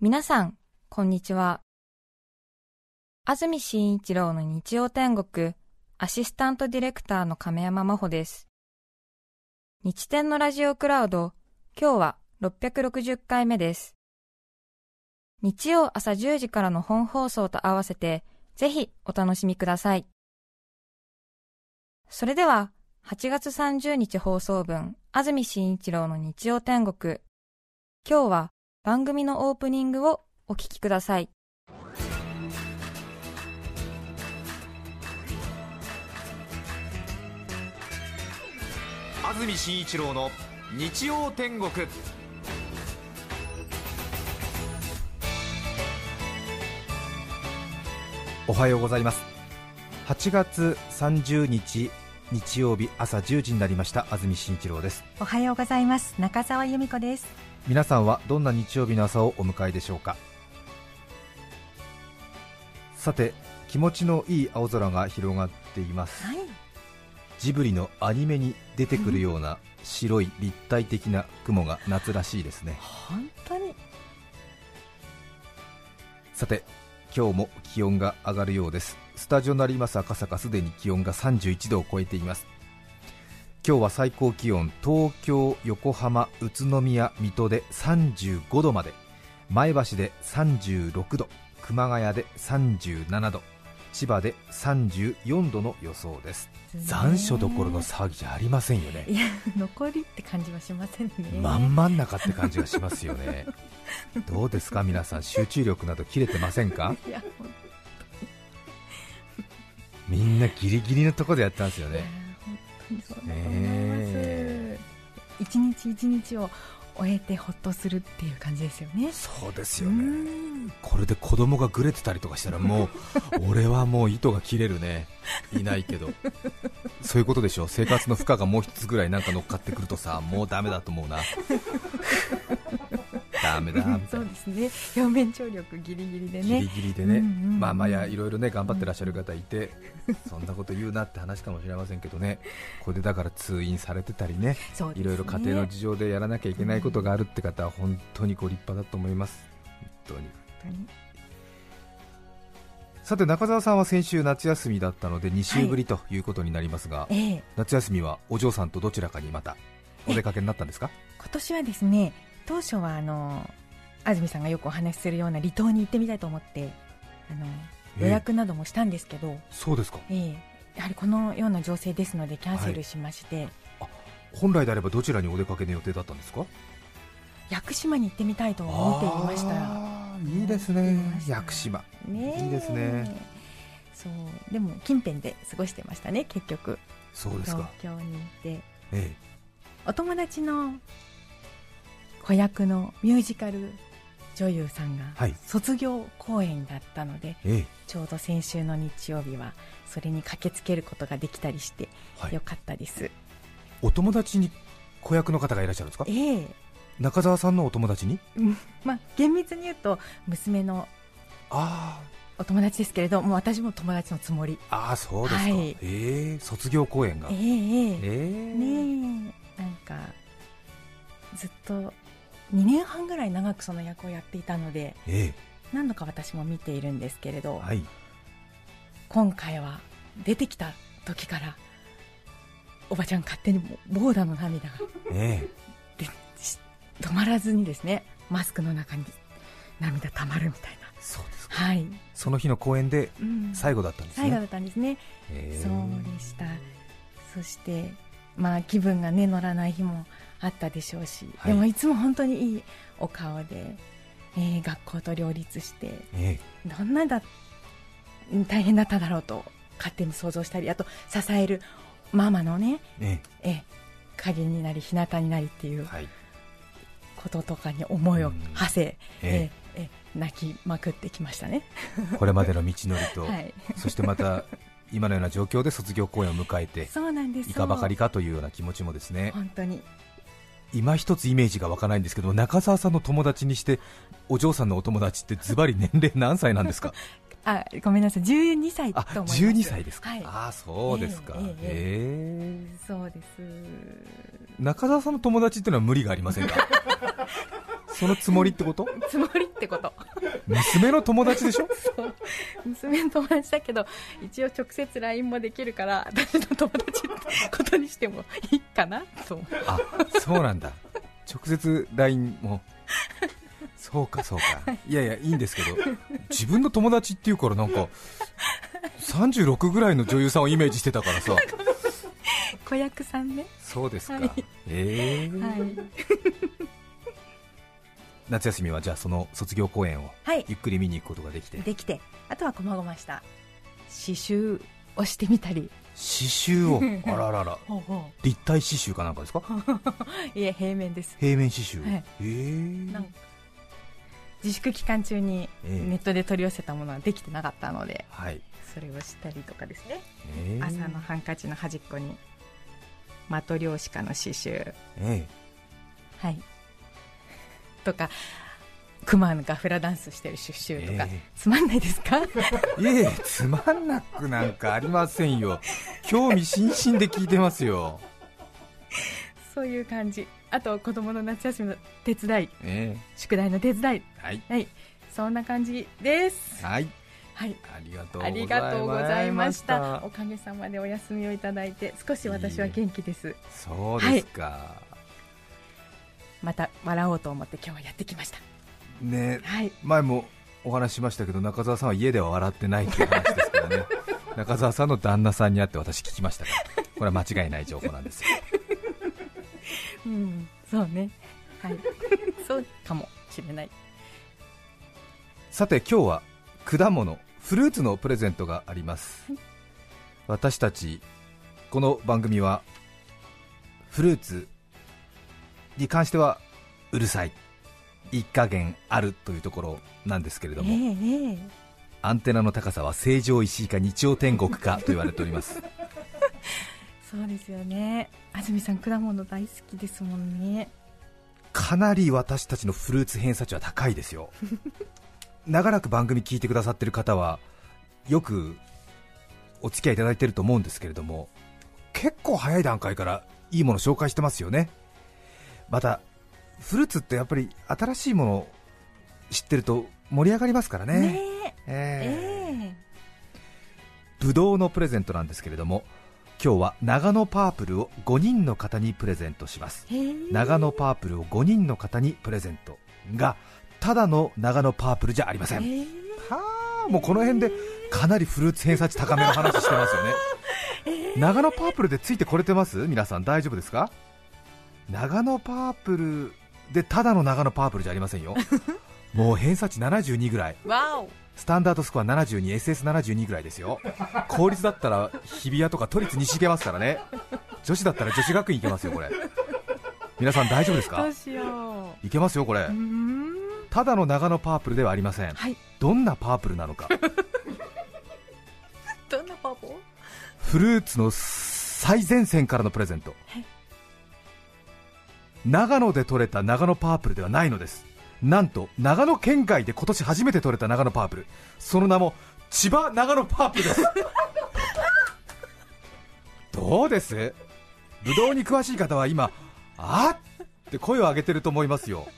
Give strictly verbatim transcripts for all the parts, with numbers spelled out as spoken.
皆さん、こんにちは。安住紳一郎の日曜天国、アシスタントディレクターの亀山真帆です。日天のラジオクラウド、今日はろっぴゃくろくじゅっかいめです。日曜朝じゅうじからの本放送と合わせて、ぜひお楽しみください。それでは、はちがつさんじゅうにち放送分、安住紳一郎の日曜天国。今日は番組のオープニングをお聞きください。 安住紳一郎の日曜天国。 おはようございます。はちがつさんじゅうにち日曜日朝じゅうじになりました。安住紳一郎です。 おはようございます。中澤由美子です。 皆さんはどんな日曜日の朝をお迎えでしょうか。さて、気持ちのいい青空が広がっています、 はい、 ジブリのアニメに出てくるような白い立体的な雲が夏らしいですね。 本当に。 さて、今日も気温が上がるようです。スタジオのあります赤坂、すでに気温がさんじゅういちどを超えています。今日は最高気温、東京、横浜、宇都宮、水戸でさんじゅうごどまで、前橋でさんじゅうろくど、熊谷でさんじゅうななど、千葉でさんじゅうよんどの予想です。残暑どころの騒ぎじゃありませんよね。 いや、残りって感じはしませんね。 まん真ん中って感じがしますよね。どうですか皆さん、集中力など切れてませんか？ いや、本みんなギリギリのところでやったんですよね。 本当にそうだと思います、えー、一日一日を終えてほっとするっていう感じですよね。 そうですよね。これで子供がぐれてたりとかしたらもう俺はもう糸が切れるね。いないけどそういうことでしょう。生活の負荷がもう一つぐらいなんか乗っかってくるとさ、もうダメだと思うな。ダメだみたいな。 そうですね、表面張力ギリギリでね、 ギリギリでね、 うんうんうん、 まあまあやいろいろね頑張ってらっしゃる方いて、うん、そんなこと言うなって話かもしれませんけどね。これでだから通院されてたりね、 そうですね、 いろいろ家庭の事情でやらなきゃいけないことがあるって方は本当にご立派だと思います。本当に。 本当に。 さて、中澤さんは先週夏休みだったのでにしゅうぶりということになりますが、 はい、ええ、 夏休みはお嬢さんとどちらかにまたお出かけになったんですか？ 今年はですね、当初はあの安住さんがよくお話しするような離島に行ってみたいと思ってあの予約などもしたんですけど、 えー、そうですか、 えー、やはりこのような情勢ですのでキャンセルしまして、はい、 あ、本来であればどちらにお出かけの予定だったんですか？ 屋久島に行ってみたいと思っていました。 あ、いいですね、屋久島、 ね、 いいですね。 そうでも近辺で過ごしてましたね。結局そうですか。 東京に行って、ええ、 お友達の子役のミュージカル女優さんが卒業公演だったので、はい、ちょうど先週の日曜日はそれに駆けつけることができたりしてよかったです、はい、 お友達に子役の方がいらっしゃるんですか？ ええ、 中澤さんのお友達に、 まあ、厳密に言うと娘のお友達ですけれども、私も友達のつもり。 ああ、そうですか、はい、えー、卒業公演が、 えー、えー、ねえ、なんかずっとにねんはんぐらい長くその役をやっていたので、ええ、何度か私も見ているんですけれど、はい、今回は出てきた時からおばちゃん勝手にボーダの涙が、ええ、で止まらずにですね、マスクの中に涙たまるみたいな。 そうですか、 はい、 その日の公演で最後だったんですね、 うん、最後だったんですね、えー、そうでした。そしてまあ気分がね乗らない日もあったでしょうし、はい、でもいつも本当にいいお顔で、えー、学校と両立して、えー、どんなだ大変だっただろうと勝手に想像したり、あと支えるママのね、えー、えー、影になり日向になりっていうこととかに思いを馳せ、えーえー、泣きまくってきましたね。 これまでの道のりと、はい、そしてまた今のような状況で卒業公演を迎えて、 そうなんです、 いかばかりかというような気持ちもですね。 本当に今一つイメージが湧かないんですけど、中澤さんの友達にしてお嬢さんのお友達ってズバリ年齢何歳なんですか？ あ、ごめんなさい、じゅうにさいと思います。 あ、じゅうにさいですか、 はい、 あ、そうですか、えーえーえー、そうです。 中澤さんの友達ってのは無理がありませんか？ そのつもりってこと？ つもりってこと。 娘の友達でしょ？ そう、娘の友達だけど一応直接 ライン もできるから私の友達ってことにしてもいいかなと。 あ、そうなんだ。直接 ライン もそうかそうか。いやいや、いいんですけど、自分の友達っていうからなんかさんじゅうろくぐらいの女優さんをイメージしてたからさ。 子役さんね。 そうですか、 はい、 えーはい、 夏休みはじゃあその卒業公演をゆっくり見に行くことができて、 できて、あとはこまごました刺繍をしてみたり。 刺繍をあらららほうほう、 立体刺繍かなんかですか？ いえ、平面です。 平面刺繍、 はい、 えー、 なんか自粛期間中にネットで取り寄せたものはできてなかったので、 はい、 それをしたりとかですね、 えー、 朝のハンカチの端っこにマトリョーシカの刺繍、 えー、はいとか、クマがフラダンスしてる刺繍とか、えー、つまんないですか？ いえ、つまんなくなんかありませんよ。興味津々で聞いてますよ。 そういう感じ。あと子供の夏休みの手伝い、 えー、 宿題の手伝い、 はい、 はい、そんな感じです。 はい、 はい、 ありがとうありがとうございました。おかげさまでお休みをいただいて少し私は元気です。いい、 そうですか、はい、 また笑おうと思って今日はやってきましたね、 はい、 前もお話ししましたけど、中澤さんは家では笑ってないっていう話ですからね。中澤さんの旦那さんに会って私聞きましたから、これは間違いない情報なんですよ。 うん、そうね、はい、そうかもしれない。 さて今日は果物、フルーツのプレゼントがあります、はい、私たちこの番組はフルーツに関してはうるさい、いい加減あるというところなんですけれども、えーえー、アンテナの高さは成城石井か日曜天国かと言われております。 そうですよね、安住さん果物大好きですもんね。 かなり私たちのフルーツ偏差値は高いですよ。長らく番組聞いてくださっている方はよくお付き合いいただいていると思うんですけれども、結構早い段階からいいもの紹介してますよね。またフルーツってやっぱり新しいものを知ってると盛り上がりますからね。ねえーえー、ぶどうのプレゼントなんですけれども、今日は長野パープルをごにんの方にプレゼントします。長野パープルをごにんの方にプレゼントがただの長野パープルじゃありません。はあ、もうこの辺でかなりフルーツ偏差値高めの話してますよね。長野パープルでついてこれてます？皆さん大丈夫ですか？長野パープルでただの長野パープルじゃありませんよ。もう偏差値ななじゅうにぐらい、 わお、 スタンダードスコアななじゅうに、エスエスななじゅうに ぐらいですよ。公立だったら日比谷とか都立西行けますからね。女子だったら女子学院行けますよこれ。皆さん大丈夫ですか？ どうしよう、 いけますよこれ。うーん、ただの長野パープルではありません、はい、どんなパープルなのか。 どんなパープル？ フルーツの最前線からのプレゼント。長野で採れた長野パープルではないのです。なんと長野県外で今年初めて採れた長野パープル、その名も千葉長野パープルです。どうです？ぶどうに詳しい方は今あーって声を上げてると思いますよ。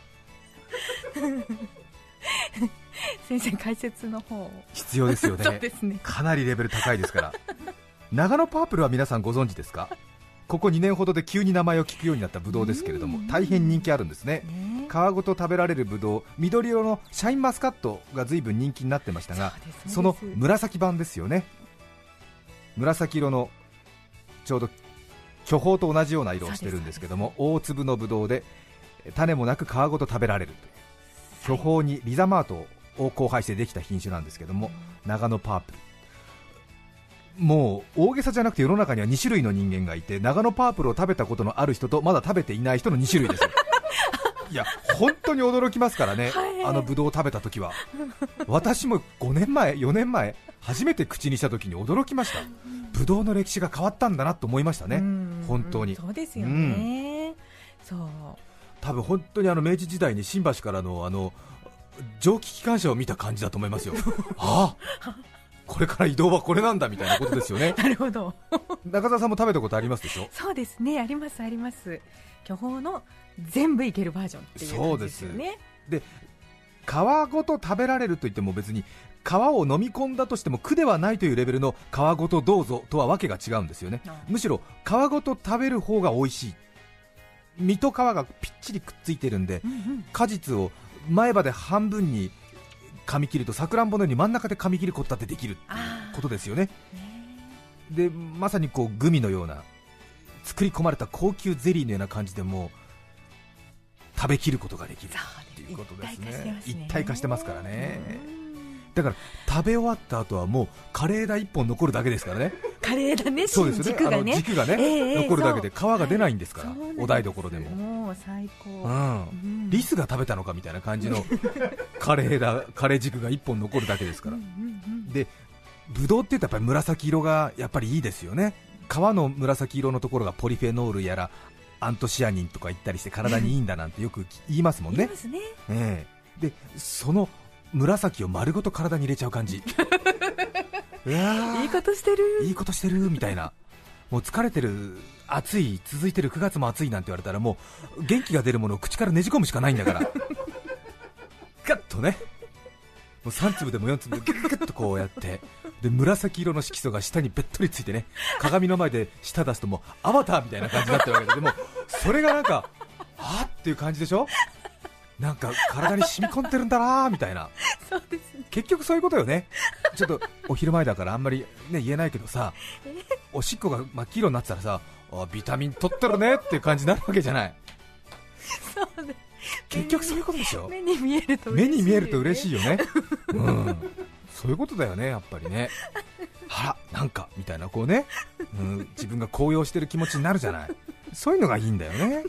先生解説の方必要ですよ ね, そうですね、 かなりレベル高いですから。長野パープルは皆さんご存知ですか？ここにねんほどで急に名前を聞くようになったブドウですけれども、大変人気あるんですね。皮ごと食べられるブドウ、緑色のシャインマスカットが随分人気になってましたが、 そ, その紫版ですよね。紫色のちょうど巨峰と同じような色をしてるんですけども、大粒のブドウで種もなく皮ごと食べられるという、巨峰にリザマートを交配してできた品種なんですけども、長野パープル、もう大げさじゃなくて世の中にはに種類の人間がいて、長野パープルを食べたことのある人とまだ食べていない人のに種類です。いや本当に驚きますからね、あのブドウを食べた時は。私もごねんまえよねんまえ初めて口にした時に驚きました。ブドウの歴史が変わったんだなと思いましたね。本当にそうですよね、うん、そう多分本当にあの明治時代に新橋からのあの蒸気機関車を見た感じだと思いますよ。ああこれから移動はこれなんだみたいなことですよねなるほど中澤さんも食べたことありますでしょ。 そうですね、ありますあります。巨峰の全部いけるバージョンっていう感じですよね。 で皮ごと食べられるといっても別に皮を飲み込んだとしても苦ではないというレベルの皮ごとどうぞとはわけが違うんですよね。むしろ皮ごと食べる方が美味しい。実と皮がぴっちりくっついてるんで、うんうん、果実を前歯で半分に噛み切るとさくらんぼのように真ん中で噛み切ることだってできるっていうことですよね。でまさにこうグミのような作り込まれた高級ゼリーのような感じでも食べきることができるっていうことですね。一体化してますからね。だから食べ終わった後はもうカレーだ一本残るだけですからね。 カレーだね、 そうですね、 軸がね、 あの軸がね、えー、残るだけで皮が出ないんですから、お台所でも。 もう最高、 うんうん、リスが食べたのかみたいな感じのカレーだカレー軸が一本残るだけですから。うんうんうん、でブドウって言ったらやっぱり紫色がやっぱりいいですよね。皮の紫色のところがポリフェノールやらアントシアニンとか言ったりして体にいいんだなんてよく言いますもんね。 言いますね、 えー、でその紫を丸ごと体に入れちゃう感じうわいいことしてるいいことしてるみたいな。もう疲れてる、暑い、続いてるくがつも暑いなんて言われたらもう元気が出るものを口からねじ込むしかないんだからガッとね、もうさん粒でもよん粒でギュッギュッとこうやってで紫色の色素が下にべっとりついてね、鏡の前で舌出すともうアバターみたいな感じになってるわけで、でもそれがなんかあっていう感じでしょ。なんか体に染み込んでるんだなみたいなそうですね、 結局そういうことよね。ちょっとお昼前だからあんまり、ね、言えないけどさ、おしっこが真っ黄色になってたらさ、ビタミン取ってるねっていう感じになるわけじゃない。 そうね、 結局そういうことでしょ。 目に見えると嬉しいよね。 目に見えると嬉しいよね、うん、そういうことだよね、やっぱりね。あらなんかみたいなこうね、うん、自分が高揚してる気持ちになるじゃない。そういうのがいいんだよね。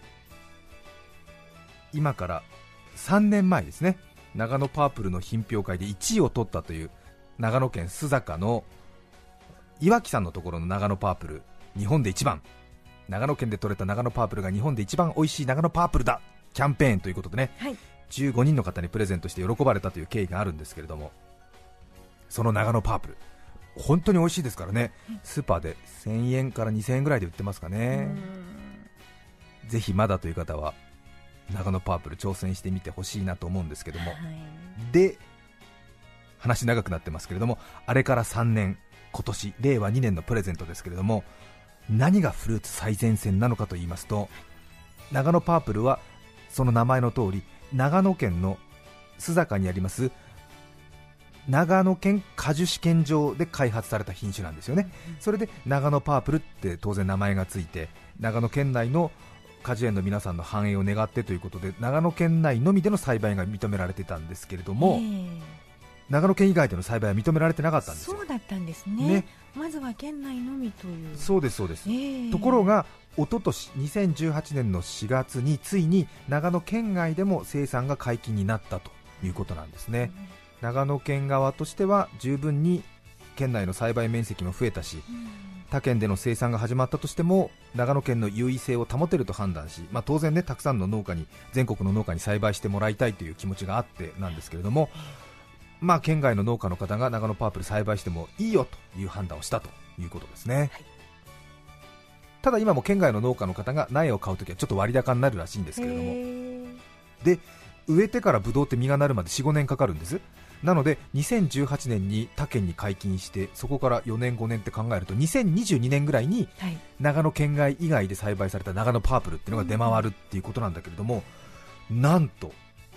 今からさんねんまえですね、長野パープルの品評会でいちいを取ったという長野県須坂の岩木さんのところの長野パープル、日本で一番、長野県で採れた長野パープルが日本で一番美味しい長野パープルだキャンペーンということでね、はい、じゅうごにんの方にプレゼントして喜ばれたという経緯があるんですけれども、その長野パープル本当に美味しいですからね。スーパーでせんえんからにせんえんぐらいで売ってますかね。ぜひまだという方は長野パープル挑戦してみてほしいなと思うんですけども、はい、で話長くなってますけれども、あれからさんねん、今年れいわにねんのプレゼントですけれども、何がフルーツ最前線なのかと言いますと、長野パープルはその名前の通り長野県の須坂にあります長野県果樹試験場で開発された品種なんですよね。それで長野パープルって当然名前がついて、長野県内の果樹園の皆さんの繁栄を願ってということで長野県内のみでの栽培が認められてたんですけれども、えー、長野県以外での栽培は認められてなかったんですよ。 そうだったんです ね, ねまずは県内のみという。 そうですそうです、 えー、 ところが一昨年にせんじゅうはちねんのしがつについに長野県外でも生産が解禁になったということなんですね、うん、長野県側としては十分に県内の栽培面積も増えたし、うん他県での生産が始まったとしても長野県の優位性を保てると判断し、まあ、当然ねたくさんの農家に全国の農家に栽培してもらいたいという気持ちがあってなんですけれども、まあ、県外の農家の方が長野パープル栽培してもいいよという判断をしたということですね、はい、ただ今も県外の農家の方が苗を買うときはちょっと割高になるらしいんですけれども、で植えてからブドウって実がなるまで よん、ごねんかかるんです。なのでにせんじゅうはちねんに他県に解禁して、そこからよねんごねんって考えるとにせんにじゅうにねんぐらいに長野県外以外で栽培された長野パープルっていうのが出回るっていうことなんだけれども、なんと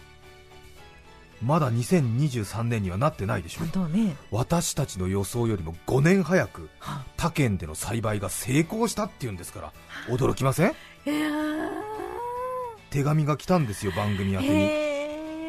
まだにせんにじゅうさんねんにはなってないでしょ、ね、私たちの予想よりもごねん早く他県での栽培が成功したっていうんですから驚きません？ いや手紙が来たんですよ、番組宛てに。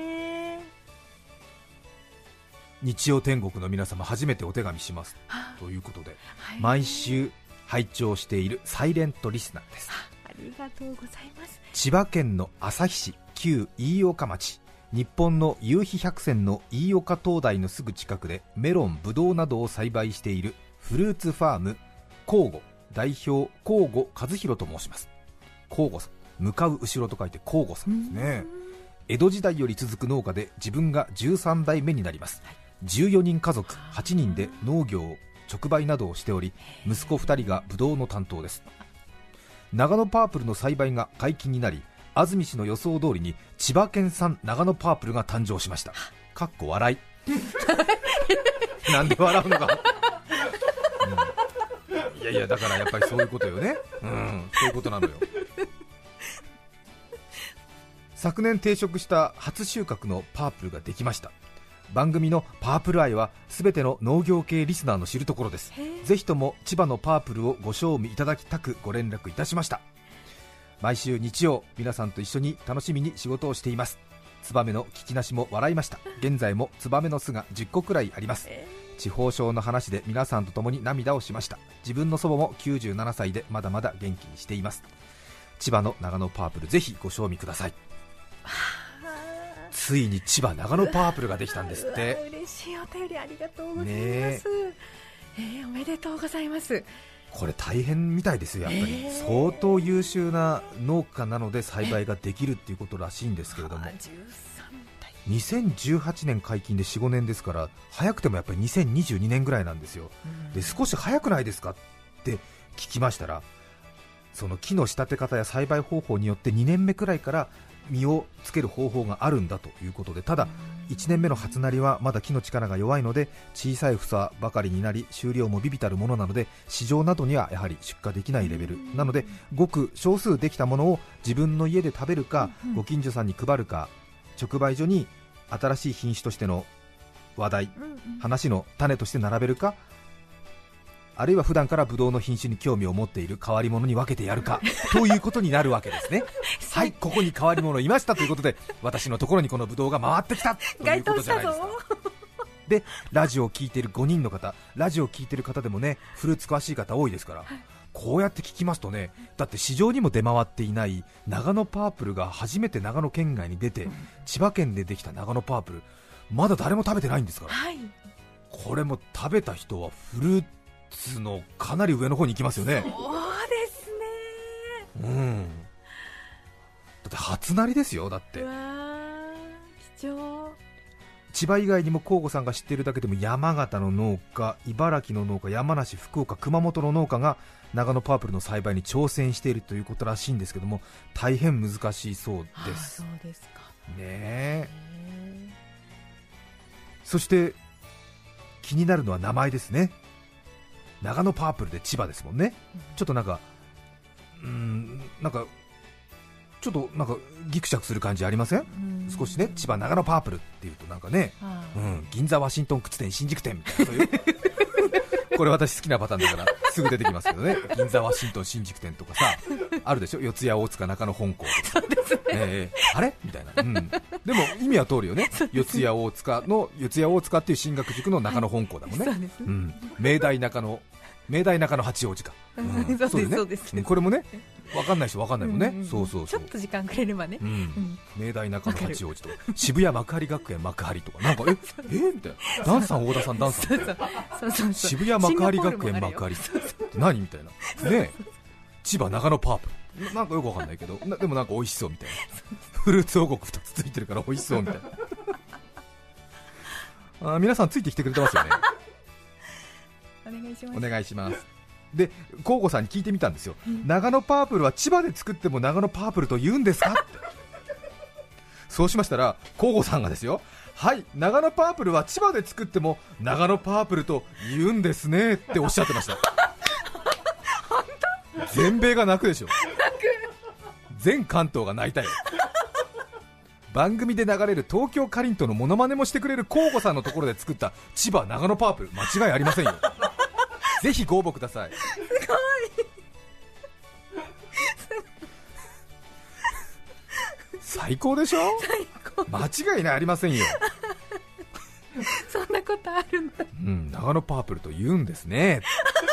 日曜天国の皆様初めてお手紙しますということで、はい、毎週拝聴しているサイレントリスナーです。 ありがとうございます。 千葉県の旭市旧飯岡町、日本の夕日百選の飯岡灯台のすぐ近くでメロン、ブドウなどを栽培しているフルーツファーム交互代表交互和弘と申します。交互さん、向かう後ろと書いて交互さんですね。江戸時代より続く農家で自分がじゅうさんだいめになります。 じゅうよにん家族はちにんで農業直売などをしており、息子ふたりがブドウの担当です。長野パープルの栽培が解禁になり、安住氏の予想通りに千葉県産長野パープルが誕生しました。かっこ笑いなんで笑うのか、うん、いやいやだからやっぱりそういうことよね、うん、そういうことなのよ。昨年定食した初収穫のパープルができました。番組のパープル愛はすべての農業系リスナーの知るところです。ぜひとも千葉のパープルをご賞味いただきたくご連絡いたしました。毎週日曜皆さんと一緒に楽しみに仕事をしています。ツバメの聞きなしも笑いました。現在もツバメの巣がじゅっこくらいあります。地方症の話で皆さんと共に涙をしました。自分の祖母もきゅうじゅうななさいでまだまだ元気にしています。千葉の長野パープルぜひご賞味ください。ついに千葉長野パープルができたんですって。 嬉しいお便りありがとうございます、ねえー、おめでとうございます。 これ大変みたいですよ、やっぱり、えー、相当優秀な農家なので栽培ができるっていうことらしいんですけれども、にせんじゅうはちねん解禁で よん、ごねんですから、早くてもやっぱりにせんにじゅうにねんぐらいなんですよ。で少し早くないですかって聞きましたら、その木の仕立て方や栽培方法によってにねんめくらいから実をつける方法があるんだということで、ただいちねんめの初なりはまだ木の力が弱いので小さい房ばかりになり、収量も微々たるものなので市場などにはやはり出荷できないレベルなので、ごく少数できたものを自分の家で食べるか、ご近所さんに配るか、直売所に新しい品種としての話題、話の種として並べるか、あるいは普段からブドウの品種に興味を持っている変わり者に分けてやるかということになるわけですね。はい、ここに変わり者いましたということで、私のところにこのブドウが回ってきたということじゃないですか。でラジオを聞いているごにんの方、ラジオを聞いている方でもね、フルーツ詳しい方多いですから、はい、こうやって聞きますとね、だって市場にも出回っていない長野パープルが初めて長野県外に出て、うん、千葉県でできた長野パープル、まだ誰も食べてないんですから、はい、これも食べた人はフルーツのかなり上の方に行きますよね。 そうですね、 うん、だって初なりですよ。だってうわ貴重。 千葉以外にも甲吾さんが知っているだけでも山形の農家、茨城の農家、山梨、福岡、熊本の農家が長野パープルの栽培に挑戦しているということらしいんですけども、大変難しいそうです。 ああそうですかねえ。そして気になるのは名前ですね。長野パープルで千葉ですもんね、うん、ちょっとなんかうーんなんかちょっとなんかギクシャクする感じありません？うん、少しね、千葉長野パープルっていうとなんかね、うん、銀座ワシントン靴店新宿店みたいな、そういうこれ私好きなパターンだからすぐ出てきますけどね、銀座ワシントン新宿店とかさあるでしょ、四谷大塚中野本校とか、そうですね、えー、あれみたいな、うん、でも意味は通るよね、四谷大塚の四谷大塚っていう進学塾の中野本校だもんね、はい、そうですね、うん、明大中野明大中野八王子か、うん、そうですね、そうです、これもね分かんない人分かんないもんね、うんうん、そうそうそう、 ちょっと時間くれればね、うんうん、明大中野八王子と渋谷幕張学園幕張とかなんかええー、みたいな、ダンさん大田さんダンさんみたいな、渋谷幕張学園幕張って何みたいなね、千葉長野パープルなんかよく分かんないけどな、でもなんか美味しそうみたいな、フルーツ王国ふたつついてるから美味しそうみたいなあ、皆さんついてきてくれてますよねお願いします。 お願いします。で、甲吾さんに聞いてみたんですよ、うん、長野パープルは千葉で作っても長野パープルと言うんですかってそうしましたら甲吾さんがですよ、はい、長野パープルは千葉で作っても長野パープルと言うんですねっておっしゃってました全米が泣くでしょ、全関東が泣いたよ番組で流れる東京カリントのモノマネもしてくれる甲吾さんのところで作った千葉長野パープル、間違いありませんよぜひご応募ください。 すごい最高でしょ、 最高、 間違いないありませんよそんなことあるんだ、 うん、長野パープルと言うんですね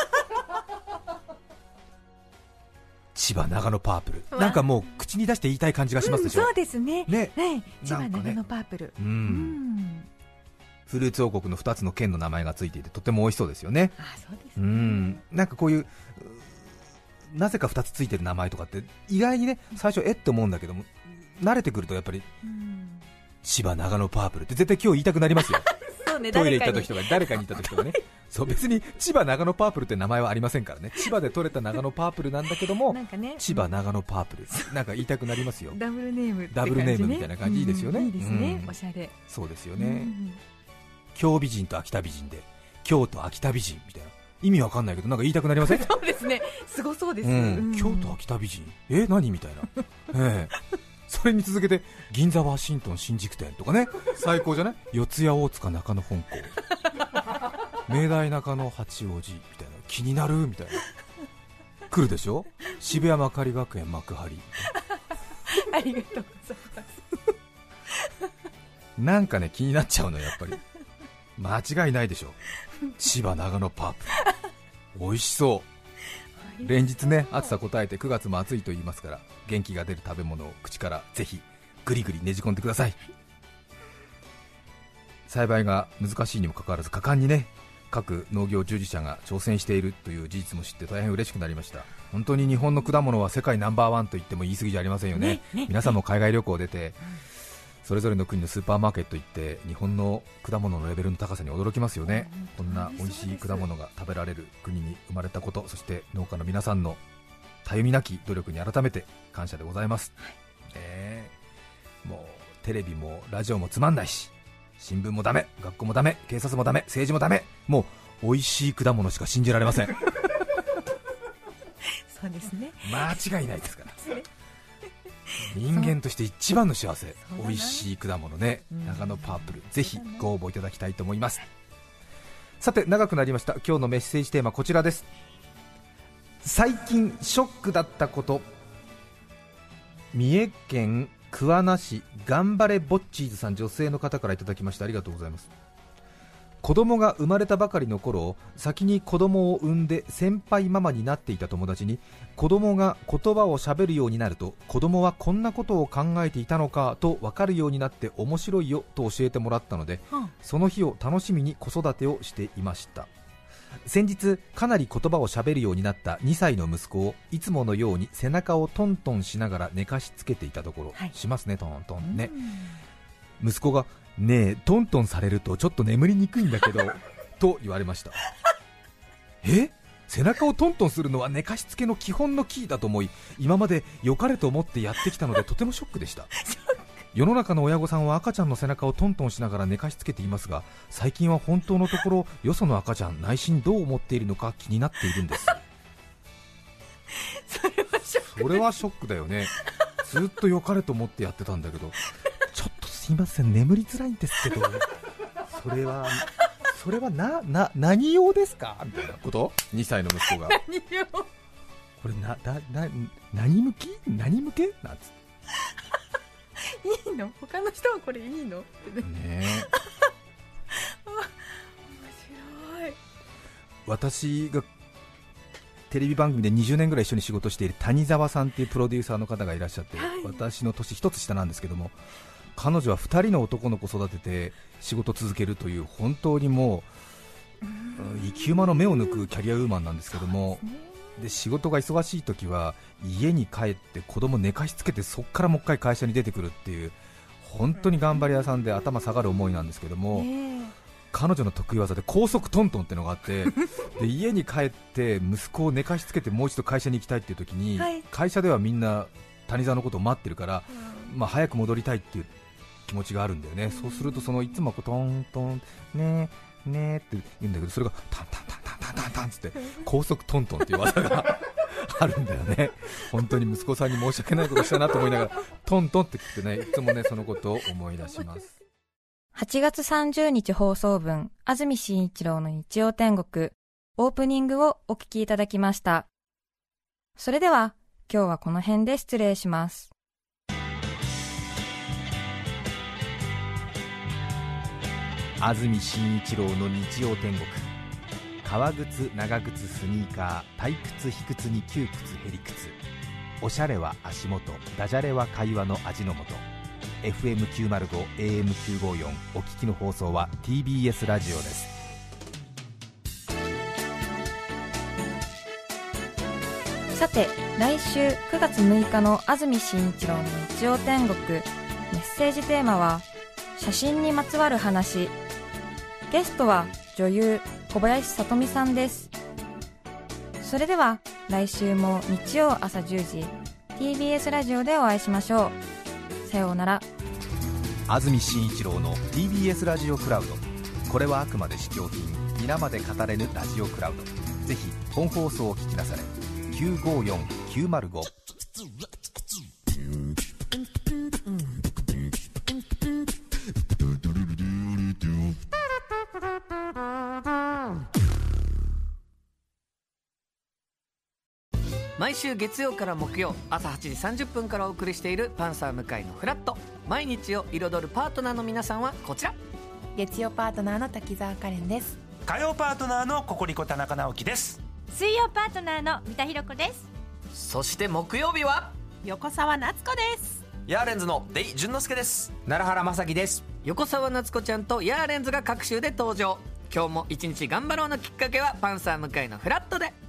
千葉長野パープル、なんかもう口に出して言いたい感じがしますでしょ、 うん、そうですね、 ね、 ね、千葉長野パープル、 うん、うん、フルーツ王国のふたつの県の名前がついていてとても美味しそうですよね。 あ、そうですね、 うん、なんかこういうなぜかふたつついてる名前とかって意外にね最初えって思うんだけども、慣れてくるとやっぱり、うん、千葉長野パープルって絶対今日言いたくなりますよそうそうね、 トイレ行った時とか誰かに行った時とかねそう別に千葉長野パープルって名前はありませんからね。千葉で取れた長野パープルなんだけどもなんか、ね、 千葉長野パープルなんか言いたくなりますよ。 ダブルネームって感じ、ね、 ダブルネームみたいな感じいいですよね、 うん、いいですね、 うん、 おしゃれ。 そうですよね、 うん、 京美人と秋田美人で京都秋田美人みたいな意味わかんないけどなんか言いたくなりませんそうですね、すごそうです、 うんうん、 京都秋田美人え何みたいな、ええそれに続けて銀座ワシントン新宿店とかね、最高じゃない。四谷大塚中野本校明大中野八王子みたいな、気になるみたいな来るでしょ。渋谷幕張学園幕張ありがとうございますなんかね気になっちゃうのやっぱり。間違いないでしょ千葉長野パープル美味しそう。連日ね暑さ答えてくがつも暑いと言いますから、元気が出る食べ物を口からぜひぐりぐりねじ込んでください。栽培が難しいにもかかわらず果敢にね各農業従事者が挑戦しているという事実も知って大変嬉しくなりました。本当に日本の果物は世界ナンバーワンと言っても言い過ぎじゃありませんよ ね, ね, ね皆さんも海外旅行出て、うん、それぞれの国のスーパーマーケット行って日本の果物のレベルの高さに驚きますよね、うん、こんな美味しい果物が食べられる国に生まれたこと、そして農家の皆さんのたゆみなき努力に改めて感謝でございます、はいね、もうテレビもラジオもつまんないし、新聞もダメ、学校もダメ、警察もダメ、政治もダメ、もう美味しい果物しか信じられませんそうですね、 間違いないですからね、人間として一番の幸せ、美味しい果物ね、長野パープル、ぜひご応募いただきたいと思います。さて長くなりました。今日のメッセージテーマこちらです。最近ショックだったこと。三重県桑名市頑張れぼっちーずさん、女性の方からいただきました。ありがとうございます。子供が生まれたばかりの頃、先に子供を産んで先輩ママになっていた友達に、子供が言葉をしゃべるようになると子供はこんなことを考えていたのかと分かるようになって面白いよと教えてもらったので、うん、その日を楽しみに子育てをしていました。先日かなり言葉をしゃべるようになったにさいの息子をいつものように背中をトントンしながら寝かしつけていたところ、はい、しますねトントンね、息子がねえトントンされるとちょっと眠りにくいんだけどと言われました。え背中をトントンするのは寝かしつけの基本のキーだと思い、今まで良かれと思ってやってきたのでとてもショックでした。世の中の親御さんは赤ちゃんの背中をトントンしながら寝かしつけていますが、最近は本当のところよその赤ちゃん内心どう思っているのか気になっているんです。 それはショック、 それはショックだよね。ずっと良かれと思ってやってたんだけどちょっとすいません眠りづらいんですけどそれはそれはなな何用ですかみたいなことにさいの息子が何用これなだな何向き何向けなんつっていいの他の人はこれいいのってね。 ね面白い。 私がテレビ番組でにじゅうねんぐらい一緒に仕事している谷沢さんっていうプロデューサーの方がいらっしゃって、はい、私の年一つ下なんですけども、彼女はふたりの男の子育てて仕事続けるという本当にもう生き馬の目を抜くキャリアウーマンなんですけども、で仕事が忙しい時は家に帰って子供寝かしつけてそこからもう一回会社に出てくるっていう本当に頑張り屋さんで頭下がる思いなんですけども、彼女の得意技で高速トントンってのがあってで家に帰って息子を寝かしつけてもう一度会社に行きたいっていう時に、はい、会社ではみんな谷沢のことを待ってるから、まあ、早く戻りたいっていう気持ちがあるんだよね。そうするとそのいつもこうトントンねーねーって言うんだけど、それがタンタンタンタンタンタンタンつって高速トントンっていう技があるんだよね。本当に息子さんに申し訳ないことしたなと思いながらトントンって聞いてね、いつもねそのことを思い出します。 はちがつさんじゅうにち放送分、安住紳一郎の日曜天国、オープニングをお聞きいただきました。それでは今日はこの辺で失礼します。 安住紳一郎の日曜天国、革靴長靴スニーカー退屈卑屈に窮屈へり屈、おしゃれは足元、ダジャレは会話の味の素。 エフエムきゅうまるご エーエムきゅうごよん お聞きの放送は ティービーエス ラジオです。 さて来週くがつむいかの安住紳一郎の日曜天国、メッセージテーマは写真にまつわる話。 ゲストは女優小林さとみさんです。それでは来週も日曜朝じゅうじ ティービーエス ラジオでお会いしましょう。さようなら。 安住紳一郎の ティービーエス ラジオクラウド。これはあくまで試供品、皆まで語れぬラジオクラウド。ぜひ本放送を聞きなされ。きゅうごよんきゅうまるご。 毎週月曜から木曜朝はちじさんじゅっぷんからお送りしているパンサー向井のフラット。毎日を彩るパートナーの皆さんはこちら。 月曜パートナーの滝沢カレンです。 火曜パートナーのココリコ田中直樹です。 水曜パートナーの三田寛子です。 そして木曜日は横澤夏子です。 ヤーレンズのデイ淳之介です。 奈良原正樹です。 横澤夏子ちゃんとヤーレンズが各週で登場。今日も一日頑張ろうのきっかけはパンサー向井のフラットで。